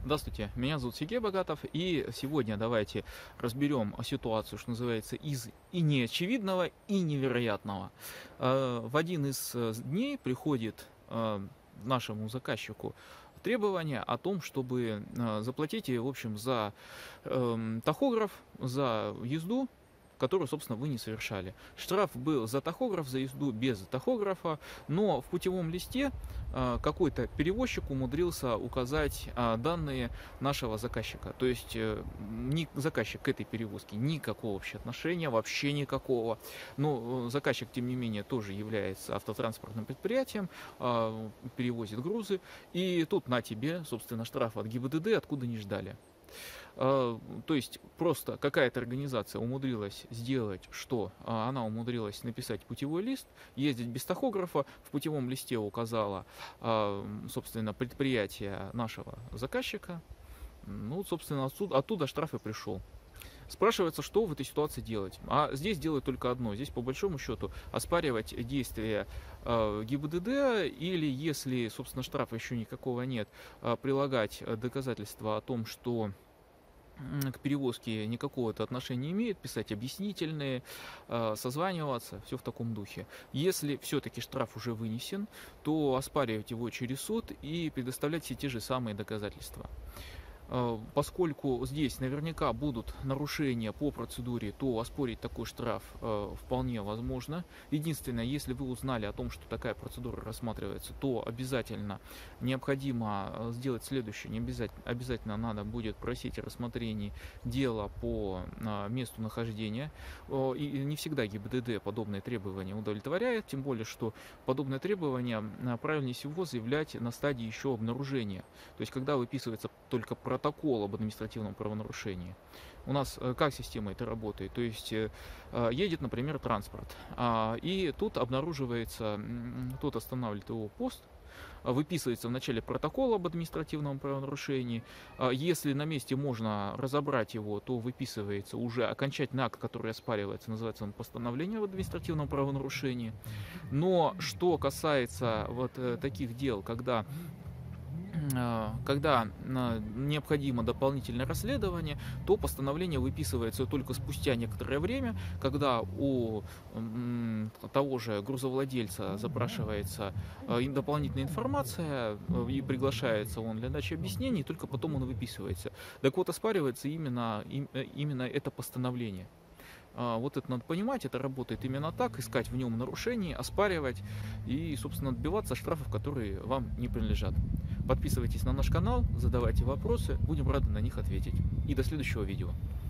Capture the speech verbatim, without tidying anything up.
Здравствуйте, меня зовут Сергей Богатов, и сегодня давайте разберем ситуацию, что называется, из и неочевидного, и невероятного. Э, В один из э, дней приходит э, нашему заказчику требование о том, чтобы э, заплатить, в общем, за эм, тахограф, за езду, которую, собственно, вы не совершали. Штраф был за тахограф, за езду без тахографа, но в путевом листе э, какой-то перевозчик умудрился указать э, данные нашего заказчика. То есть э, ни, заказчик к этой перевозке никакого вообще отношения, вообще никакого. Но э, заказчик, тем не менее, тоже является автотранспортным предприятием, э, перевозит грузы. И тут на тебе, собственно, штраф от ГИБДД, откуда не ждали. То есть просто какая-то организация умудрилась сделать, что она умудрилась написать путевой лист, ездить без тахографа, в путевом листе указала, собственно, предприятие нашего заказчика. Ну, собственно, оттуда, оттуда штраф и пришел. Спрашивается, что в этой ситуации делать. А здесь делают только одно. Здесь, по большому счету, оспаривать действия э, ГИБДД, или, если, собственно, штрафа еще никакого нет, э, прилагать доказательства о том, что к перевозке никакого-то отношения не имеет, писать объяснительные, э, созваниваться, все в таком духе. Если все-таки штраф уже вынесен, то оспаривать его через суд и предоставлять все те же самые доказательства. Поскольку здесь наверняка будут нарушения по процедуре, то оспорить такой штраф э, вполне возможно. Единственное, если вы узнали о том, что такая процедура рассматривается, то обязательно необходимо сделать следующее. Не обязательно, обязательно надо будет просить о рассмотрении дела по э, месту нахождения. Э, и не всегда ГИБДД подобные требования удовлетворяет, тем более, что подобные требования э, правильнее всего заявлять на стадии еще обнаружения. То есть, когда выписывается только про протокол об административном правонарушении. У нас как система это работает? То есть едет, например, транспорт, и тут обнаруживается, тут останавливает его пост, выписывается в начале протокол об административном правонарушении. Если на месте можно разобрать его, то выписывается уже окончательный акт, который оспаривается, называется он постановление об административном правонарушении. Но что касается вот таких дел, когда когда необходимо дополнительное расследование, то постановление выписывается только спустя некоторое время, когда у того же грузовладельца запрашивается дополнительная информация и приглашается он для дачи объяснений, только потом он выписывается. Так вот, оспаривается именно, именно это постановление. Вот это надо понимать, это работает именно так, искать в нем нарушения, оспаривать и, собственно, отбиваться от штрафов, которые вам не принадлежат. Подписывайтесь на наш канал, задавайте вопросы, будем рады на них ответить. И до следующего видео.